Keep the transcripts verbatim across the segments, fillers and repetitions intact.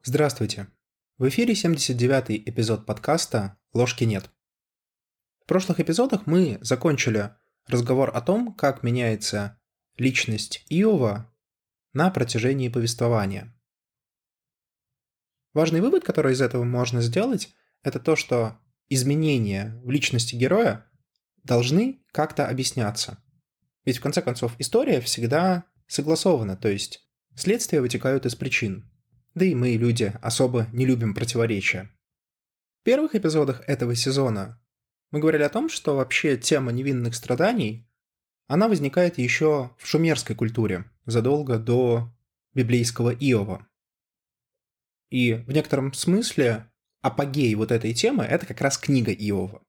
Здравствуйте! В эфире семьдесят девятый эпизод подкаста «Ложки нет». В прошлых эпизодах мы закончили разговор о том, как меняется личность Иова на протяжении повествования. Важный вывод, который из этого можно сделать, это то, что изменения в личности героя должны как-то объясняться. Ведь в конце концов история всегда согласована, то есть следствия вытекают из причин. Да и мы, люди, особо не любим противоречия. В первых эпизодах этого сезона мы говорили о том, что вообще тема невинных страданий, она возникает еще в шумерской культуре, задолго до библейского Иова. И в некотором смысле апогей вот этой темы – это как раз книга Иова.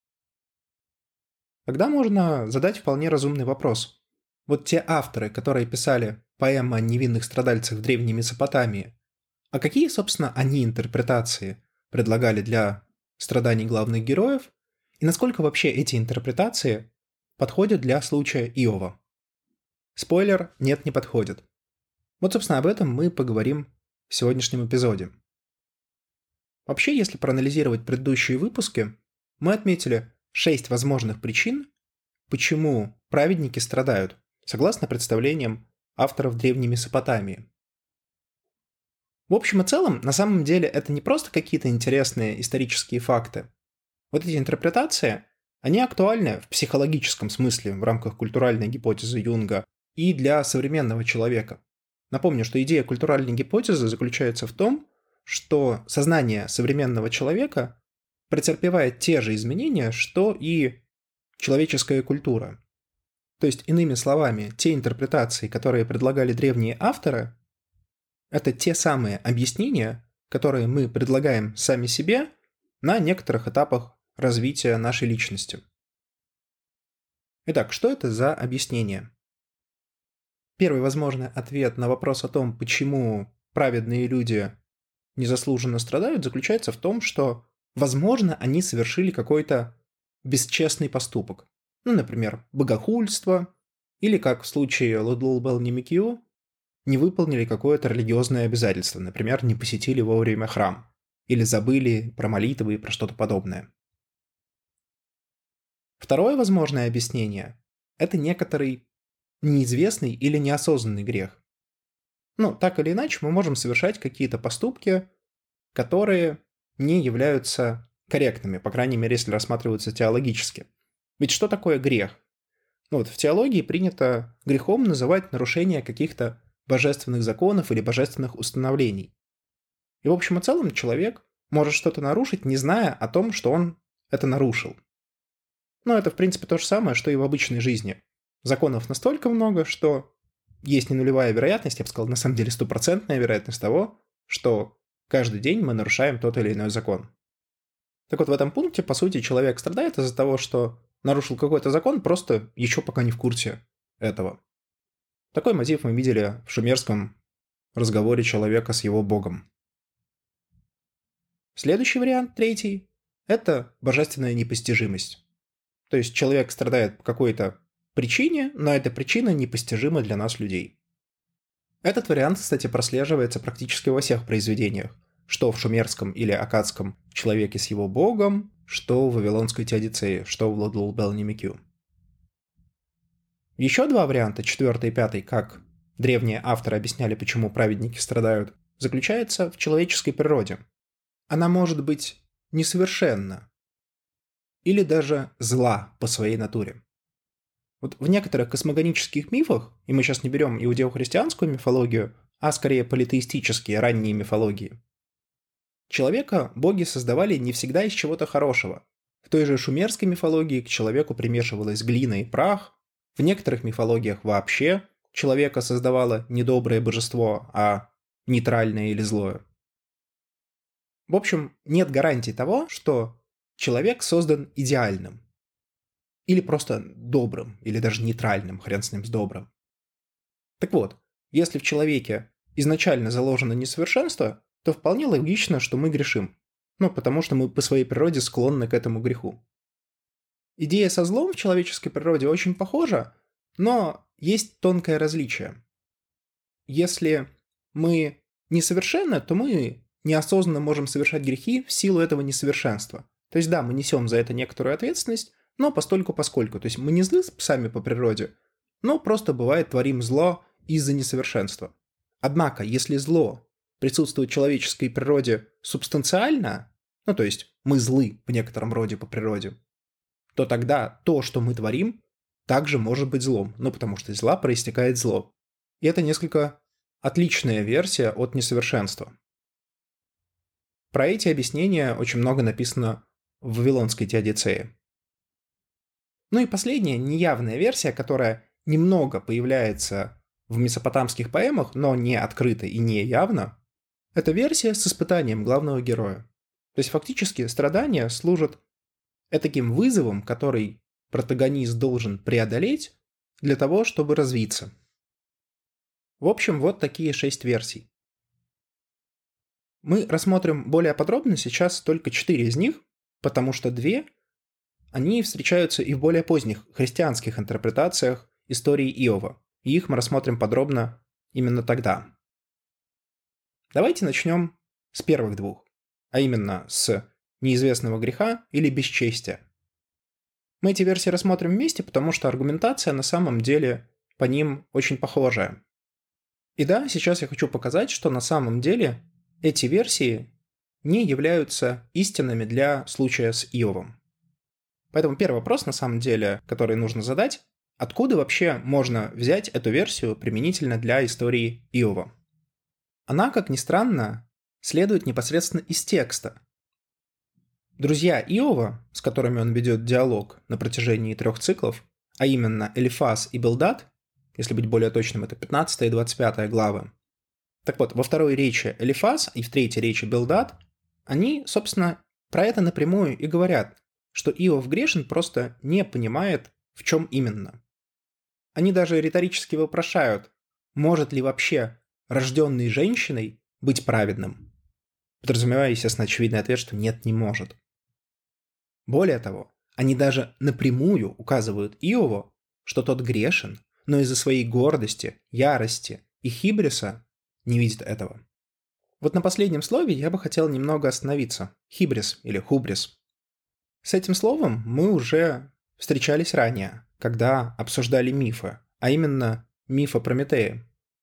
Тогда можно задать вполне разумный вопрос. Вот те авторы, которые писали поэмы о невинных страдальцах в Древней Месопотамии, а какие, собственно, они интерпретации предлагали для страданий главных героев, и насколько вообще эти интерпретации подходят для случая Иова? Спойлер, нет, не подходит. Вот, собственно, об этом мы поговорим в сегодняшнем эпизоде. Вообще, если проанализировать предыдущие выпуски, мы отметили шесть возможных причин, почему праведники страдают, согласно представлениям авторов Древней Месопотамии. В общем и целом, на самом деле, это не просто какие-то интересные исторические факты. Вот эти интерпретации, они актуальны в психологическом смысле в рамках культуральной гипотезы Юнга и для современного человека. Напомню, что идея культуральной гипотезы заключается в том, что сознание современного человека претерпевает те же изменения, что и человеческая культура. То есть, иными словами, те интерпретации, которые предлагали древние авторы, это те самые объяснения, которые мы предлагаем сами себе на некоторых этапах развития нашей личности. Итак, что это за объяснение? Первый возможный ответ на вопрос о том, почему праведные люди незаслуженно страдают, заключается в том, что, возможно, они совершили какой-то бесчестный поступок. Ну, например, богохульство, или, как в случае Лодлол Белнимикью, не выполнили какое-то религиозное обязательство, например, не посетили вовремя храм, или забыли про молитвы и про что-то подобное. Второе возможное объяснение – это некоторый неизвестный или неосознанный грех. Ну, так или иначе, мы можем совершать какие-то поступки, которые не являются корректными, по крайней мере, если рассматриваются теологически. Ведь что такое грех? Ну, вот в теологии принято грехом называть нарушение каких-то божественных законов или божественных установлений. И в общем и целом человек может что-то нарушить, не зная о том, что он это нарушил. Но это в принципе то же самое, что и в обычной жизни. Законов настолько много, что есть не нулевая вероятность, я бы сказал, на самом деле стопроцентная вероятность того, что каждый день мы нарушаем тот или иной закон. Так вот, в этом пункте, по сути, человек страдает из-за того, что нарушил какой-то закон, просто еще пока не в курсе этого. Такой мотив мы видели в шумерском разговоре человека с его богом. Следующий вариант, третий, это божественная непостижимость. То есть человек страдает по какой-то причине, но эта причина непостижима для нас, людей. Этот вариант, кстати, прослеживается практически во всех произведениях, что в шумерском или аккадском «Человеке с его богом», что в вавилонской теодицее, что в Лодлол Белнимикью. Еще два варианта, четвертый и пятый, как древние авторы объясняли, почему праведники страдают, заключается в человеческой природе. Она может быть несовершенна или даже зла по своей натуре. Вот в некоторых космогонических мифах, и мы сейчас не берем иудео-христианскую мифологию, а скорее политеистические ранние мифологии, человека боги создавали не всегда из чего-то хорошего. В той же шумерской мифологии к человеку примешивалась глина и прах, в некоторых мифологиях вообще человека создавало не доброе божество, а нейтральное или злое. В общем, нет гарантии того, что человек создан идеальным. Или просто добрым, или даже нейтральным, хрен с ним с добрым. Так вот, если в человеке изначально заложено несовершенство, то вполне логично, что мы грешим. Ну, потому что мы по своей природе склонны к этому греху. Идея со злом в человеческой природе очень похожа, но есть тонкое различие. Если мы несовершенны, то мы неосознанно можем совершать грехи в силу этого несовершенства. То есть да, мы несем за это некоторую ответственность, но постольку-поскольку. То есть мы не злы сами по природе, но просто бывает творим зло из-за несовершенства. Однако, если зло присутствует в человеческой природе субстанциально, ну то есть мы злы в некотором роде по природе, то тогда то, что мы творим, также может быть злом, ну потому что из зла проистекает зло. И это несколько отличная версия от несовершенства. Про эти объяснения очень много написано в Вавилонской теодицее. Ну и последняя, неявная версия, которая немного появляется в месопотамских поэмах, но не открыто и не явно, это версия с испытанием главного героя. То есть фактически страдания служат этаким вызовом, который протагонист должен преодолеть для того, чтобы развиться. В общем, вот такие шесть версий. Мы рассмотрим более подробно сейчас только четыре из них, потому что две, они встречаются и в более поздних христианских интерпретациях истории Иова, и их мы рассмотрим подробно именно тогда. Давайте начнем с первых двух, а именно с неизвестного греха или бесчестия. Мы эти версии рассмотрим вместе, потому что аргументация на самом деле по ним очень похожая. И да, сейчас я хочу показать, что на самом деле эти версии не являются истинными для случая с Иовом. Поэтому первый вопрос, на самом деле, который нужно задать, откуда вообще можно взять эту версию применительно для истории Иова? Она, как ни странно, следует непосредственно из текста. Друзья Иова, с которыми он ведет диалог на протяжении трех циклов, а именно Элифаз и Билдад, если быть более точным, это пятнадцатая и двадцать пятая главы. Так вот, во второй речи Элифаз и в третьей речи Билдад, они, собственно, про это напрямую и говорят, что Иов грешен просто не понимает, в чем именно. Они даже риторически вопрошают, может ли вообще рожденный женщиной быть праведным, подразумевая, естественно, очевидный ответ, что нет, не может. Более того, они даже напрямую указывают Иову, что тот грешен, но из-за своей гордости, ярости и хибриса не видит этого. Вот на последнем слове я бы хотел немного остановиться. Хибрис или хубрис. С этим словом мы уже встречались ранее, когда обсуждали мифы, а именно миф о Прометее.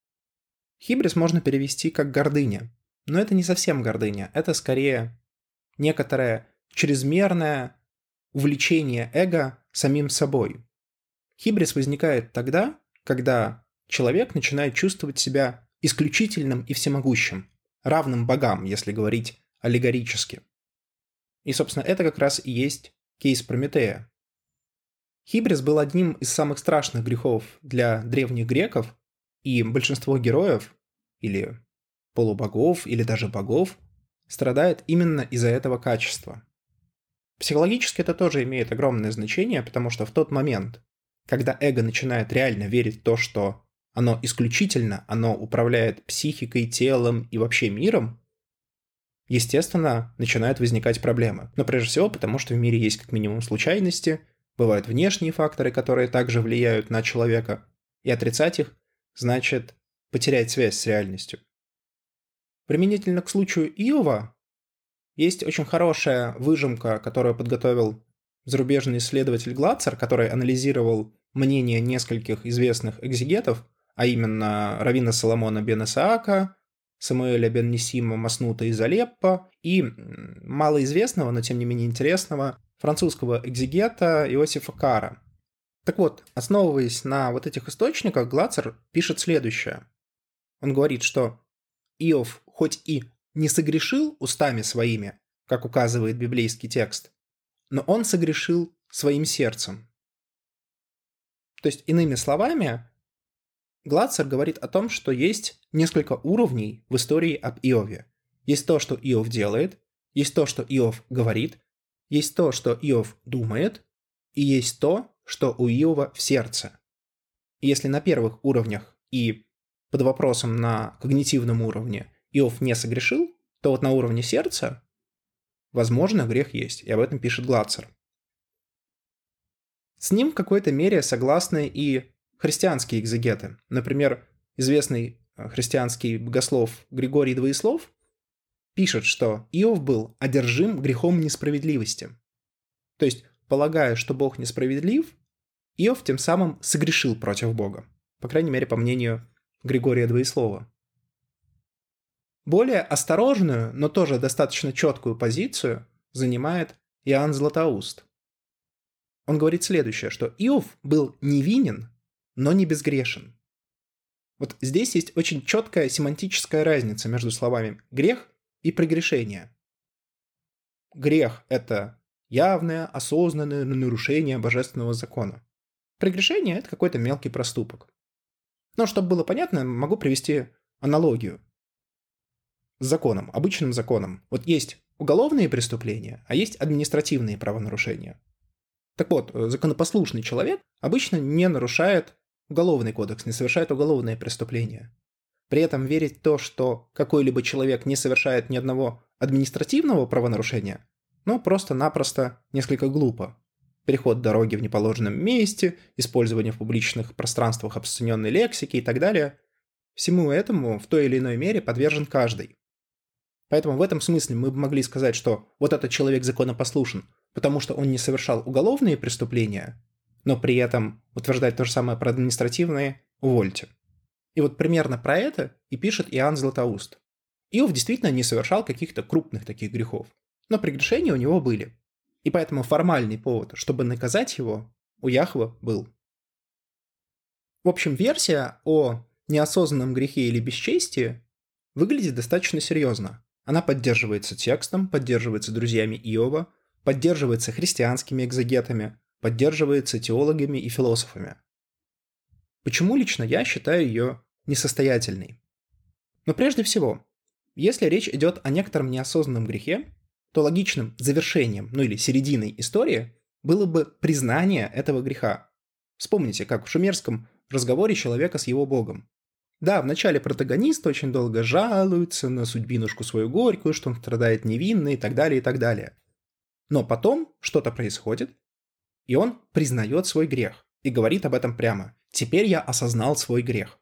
Хибрис можно перевести как гордыня, но это не совсем гордыня, это скорее некоторое чрезмерное увлечение эго самим собой. Хибрис возникает тогда, когда человек начинает чувствовать себя исключительным и всемогущим, равным богам, если говорить аллегорически. И, собственно, это как раз и есть кейс Прометея. Хибрис был одним из самых страшных грехов для древних греков, и большинство героев, или полубогов, или даже богов, страдает именно из-за этого качества. Психологически это тоже имеет огромное значение, потому что в тот момент, когда эго начинает реально верить в то, что оно исключительно, оно управляет психикой, телом и вообще миром, естественно, начинают возникать проблемы. Но прежде всего потому, что в мире есть как минимум случайности, бывают внешние факторы, которые также влияют на человека, и отрицать их значит потерять связь с реальностью. Применительно к случаю Иова есть очень хорошая выжимка, которую подготовил зарубежный исследователь Глацер, который анализировал мнение нескольких известных экзегетов, а именно раввина Соломона бен Исаака, Самуэля бен Нисима Маснута из Алеппо и малоизвестного, но тем не менее интересного французского экзегета Иосифа Кара. Так вот, основываясь на вот этих источниках, Глацер пишет следующее. Он говорит, что Иов хоть и не согрешил устами своими, как указывает библейский текст, но он согрешил своим сердцем. То есть, иными словами, Глацер говорит о том, что есть несколько уровней в истории об Иове. Есть то, что Иов делает, есть то, что Иов говорит, есть то, что Иов думает, и есть то, что у Иова в сердце. И если на первых уровнях и под вопросом на когнитивном уровне Иов не согрешил, то вот на уровне сердца, возможно, грех есть, и об этом пишет Глацер. С ним в какой-то мере согласны и христианские экзегеты. Например, известный христианский богослов Григорий Двоеслов пишет, что Иов был одержим грехом несправедливости. То есть, полагая, что Бог несправедлив, Иов тем самым согрешил против Бога. По крайней мере, по мнению Григория Двоеслова. Более осторожную, но тоже достаточно четкую позицию занимает Иоанн Златоуст. Он говорит следующее, что Иов был невинен, но не безгрешен. Вот здесь есть очень четкая семантическая разница между словами «грех» и «прегрешение». Грех – это явное, осознанное нарушение божественного закона. Прегрешение – это какой-то мелкий проступок. Но чтобы было понятно, могу привести аналогию с законом, обычным законом. Вот есть уголовные преступления, а есть административные правонарушения. Так вот, законопослушный человек обычно не нарушает уголовный кодекс, не совершает уголовные преступления. При этом верить в то, что какой-либо человек не совершает ни одного административного правонарушения, ну, просто-напросто несколько глупо. Переход дороги в неположенном месте, использование в публичных пространствах обсцененной лексики и так далее. Всему этому в той или иной мере подвержен каждый. Поэтому в этом смысле мы бы могли сказать, что вот этот человек законопослушен, потому что он не совершал уголовные преступления, но при этом утверждать то же самое про административные – увольте. И вот примерно про это и пишет Иоанн Златоуст. Иов действительно не совершал каких-то крупных таких грехов, но прегрешения у него были. И поэтому формальный повод, чтобы наказать его, у Яхве был. В общем, версия о неосознанном грехе или бесчестии выглядит достаточно серьезно. Она поддерживается текстом, поддерживается друзьями Иова, поддерживается христианскими экзегетами, поддерживается теологами и философами. Почему лично я считаю ее несостоятельной? Но прежде всего, если речь идет о некотором неосознанном грехе, то логичным завершением, ну или серединой истории было бы признание этого греха. Вспомните, как в шумерском разговоре человека с его богом. Да, вначале протагонист очень долго жалуется на судьбинушку свою горькую, что он страдает невинно и так далее, и так далее. Но потом что-то происходит, и он признает свой грех и говорит об этом прямо. «Теперь я осознал свой грех».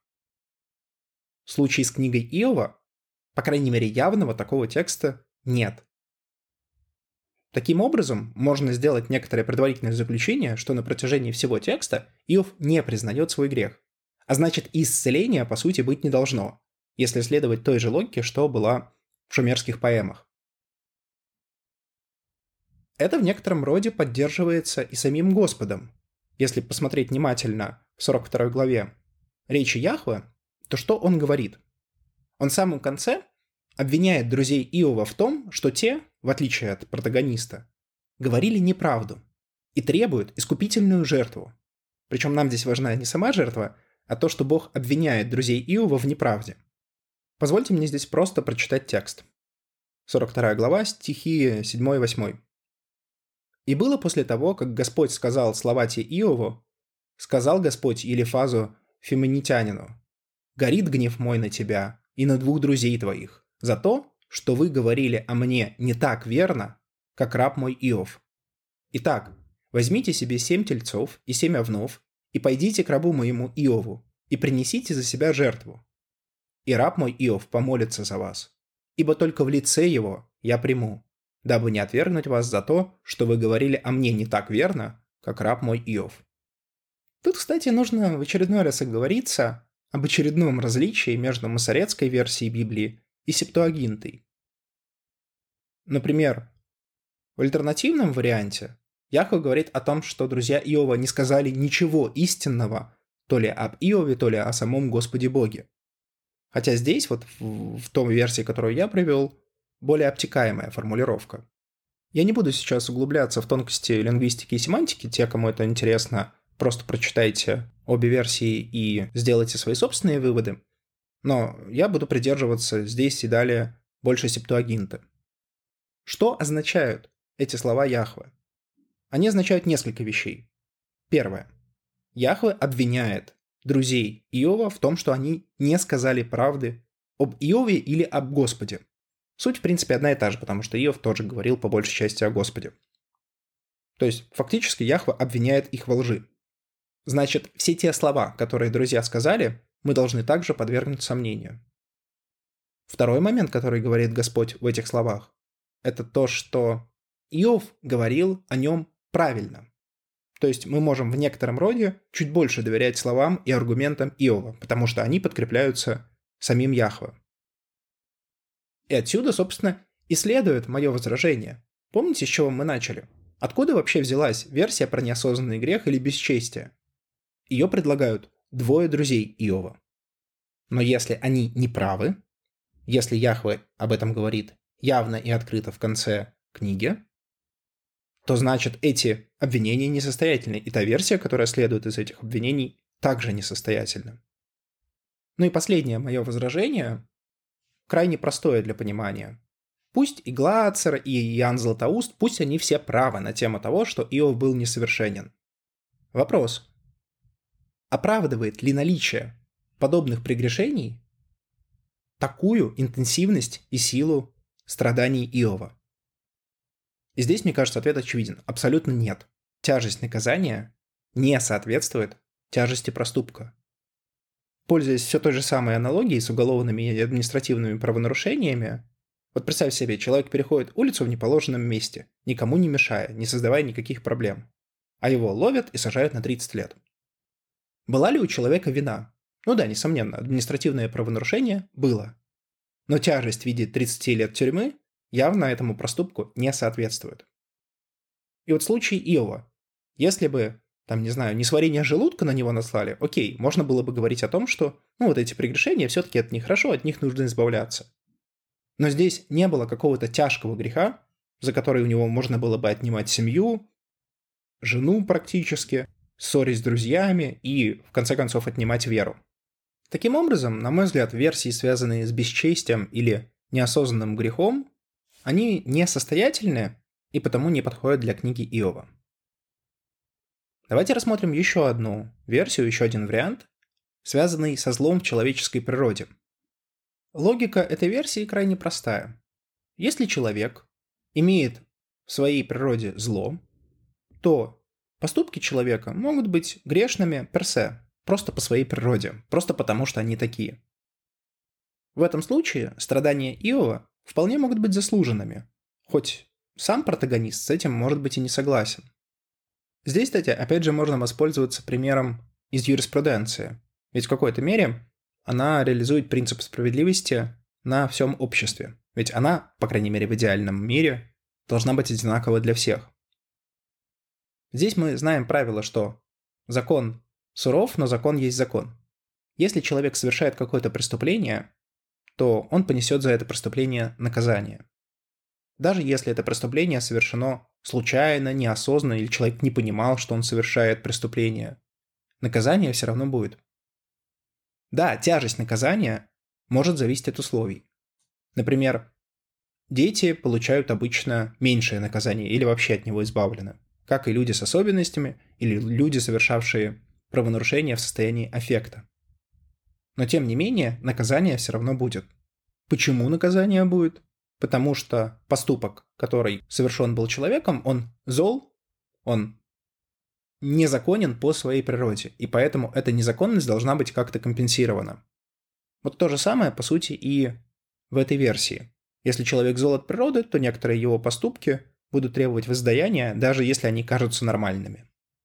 В случае с книгой Иова, по крайней мере явного такого текста нет. Таким образом, можно сделать некоторое предварительное заключение, что на протяжении всего текста Иов не признает свой грех. А значит, и исцеления, по сути, быть не должно, если следовать той же логике, что была в шумерских поэмах. Это в некотором роде поддерживается и самим Господом. Если посмотреть внимательно в сорок второй главе речи Яхве, то что он говорит? Он в самом конце обвиняет друзей Иова в том, что те, в отличие от протагониста, говорили неправду и требуют искупительную жертву. Причем нам здесь важна не сама жертва, а то, что Бог обвиняет друзей Иова в неправде. Позвольте мне здесь просто прочитать текст. сорок вторая глава, стихи седьмой и восьмой. «И было после того, как Господь сказал слова те Иову, сказал Господь Елифазу Фимонитянину: горит гнев мой на тебя и на двух друзей твоих за то, что вы говорили о мне не так верно, как раб мой Иов. Итак, возьмите себе семь тельцов и семь овнов, и пойдите к рабу моему Иову, и принесите за себя жертву. И раб мой Иов помолится за вас, ибо только в лице его я приму, дабы не отвергнуть вас за то, что вы говорили о мне не так верно, как раб мой Иов». Тут, кстати, нужно в очередной раз оговориться об очередном различии между масоретской версией Библии и Септуагинтой. Например, в альтернативном варианте Яхве говорит о том, что друзья Иова не сказали ничего истинного то ли об Иове, то ли о самом Господе Боге. Хотя здесь, вот в, в той версии, которую я привел, более обтекаемая формулировка. Я не буду сейчас углубляться в тонкости лингвистики и семантики, те, кому это интересно, просто прочитайте обе версии и сделайте свои собственные выводы. Но я буду придерживаться здесь и далее больше Септуагинты. Что означают эти слова Яхве? Они означают несколько вещей. Первое. Яхве обвиняет друзей Иова в том, что они не сказали правды об Иове или об Господе. Суть, в принципе, одна и та же, потому что Иов тоже говорил по большей части о Господе. То есть, фактически, Яхве обвиняет их во лжи. Значит, все те слова, которые друзья сказали, мы должны также подвергнуть сомнению. Второй момент, который говорит Господь в этих словах, это то, что Иов говорил о нем правильно. То есть мы можем в некотором роде чуть больше доверять словам и аргументам Иова, потому что они подкрепляются самим Яхве. И отсюда, собственно, и следует мое возражение. Помните, с чего мы начали? Откуда вообще взялась версия про неосознанный грех или бесчестие? Ее предлагают двое друзей Иова. Но если они не правы, если Яхве об этом говорит явно и открыто в конце книги, то значит эти обвинения несостоятельны, и та версия, которая следует из этих обвинений, также несостоятельна. Ну и последнее мое возражение, крайне простое для понимания. Пусть и Глацер, и Иоанн Златоуст, пусть они все правы на тему того, что Иов был несовершенен. Вопрос. Оправдывает ли наличие подобных прегрешений такую интенсивность и силу страданий Иова? И здесь, мне кажется, ответ очевиден. Абсолютно нет. Тяжесть наказания не соответствует тяжести проступка. Пользуясь все той же самой аналогией с уголовными и административными правонарушениями, вот представь себе, человек переходит улицу в неположенном месте, никому не мешая, не создавая никаких проблем, а его ловят и сажают на тридцать лет. Была ли у человека вина? Ну да, несомненно, административное правонарушение было. Но тяжесть в виде тридцати лет тюрьмы явно этому проступку не соответствует. И вот случай Иова. Если бы, там, не знаю, несварение желудка на него наслали, окей, можно было бы говорить о том, что, ну, вот эти прегрешения, все-таки это нехорошо, от них нужно избавляться. Но здесь не было какого-то тяжкого греха, за который у него можно было бы отнимать семью, жену практически, ссорить с друзьями и, в конце концов, отнимать веру. Таким образом, на мой взгляд, версии, связанные с бесчестием или неосознанным грехом, они несостоятельны и потому не подходят для книги Иова. Давайте рассмотрим еще одну версию, еще один вариант, связанный со злом в человеческой природе. Логика этой версии крайне простая. Если человек имеет в своей природе зло, то поступки человека могут быть грешными персе, просто по своей природе, просто потому что они такие. В этом случае страдания Иова вполне могут быть заслуженными, хоть сам протагонист с этим может быть и не согласен. Здесь, кстати, опять же можно воспользоваться примером из юриспруденции, ведь в какой-то мере она реализует принцип справедливости на всем обществе, ведь она, по крайней мере в идеальном мире, должна быть одинакова для всех. Здесь мы знаем правило, что закон суров, но закон есть закон. Если человек совершает какое-то преступление, то он понесет за это преступление наказание. Даже если это преступление совершено случайно, неосознанно, или человек не понимал, что он совершает преступление, наказание все равно будет. Да, тяжесть наказания может зависеть от условий. Например, дети получают обычно меньшее наказание или вообще от него избавлены, как и люди с особенностями или люди, совершавшие правонарушения в состоянии аффекта. Но тем не менее, наказание все равно будет. Почему наказание будет? Потому что поступок, который совершен был человеком, он зол, он незаконен по своей природе, и поэтому эта незаконность должна быть как-то компенсирована. Вот то же самое, по сути, и в этой версии. Если человек зол от природы, то некоторые его поступки будут требовать воздаяния, даже если они кажутся нормальными.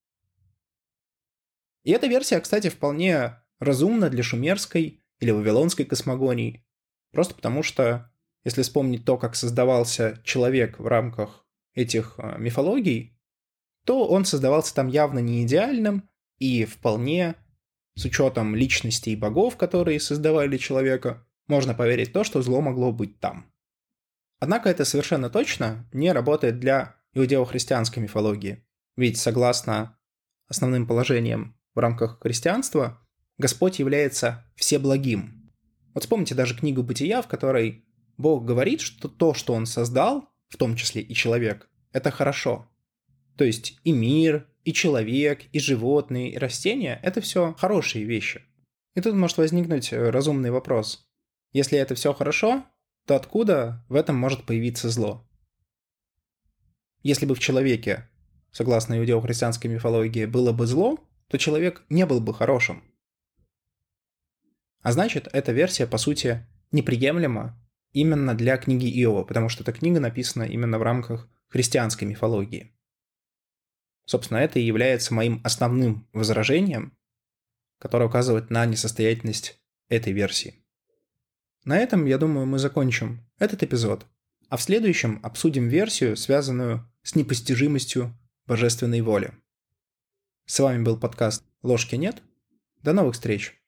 И эта версия, кстати, вполне разумна для шумерской или вавилонской космогонии, просто потому что, если вспомнить то, как создавался человек в рамках этих мифологий, то он создавался там явно не идеальным и вполне, с учетом личностей богов, которые создавали человека, можно поверить в то, что зло могло быть там. Однако это совершенно точно не работает для иудео-христианской мифологии, ведь согласно основным положениям в рамках христианства, Господь является всеблагим. Вот вспомните даже книгу «Бытия», в которой Бог говорит, что то, что Он создал, в том числе и человек, это хорошо. То есть и мир, и человек, и животные, и растения – это все хорошие вещи. И тут может возникнуть разумный вопрос. Если это все хорошо, то откуда в этом может появиться зло? Если бы в человеке, согласно иудео-христианской мифологии, было бы зло, то человек не был бы хорошим. А значит, эта версия, по сути, неприемлема именно для книги Иова, потому что эта книга написана именно в рамках христианской мифологии. Собственно, это и является моим основным возражением, которое указывает на несостоятельность этой версии. На этом, я думаю, мы закончим этот эпизод, а в следующем обсудим версию, связанную с непостижимостью божественной воли. С вами был подкаст «Ложки нет». До новых встреч!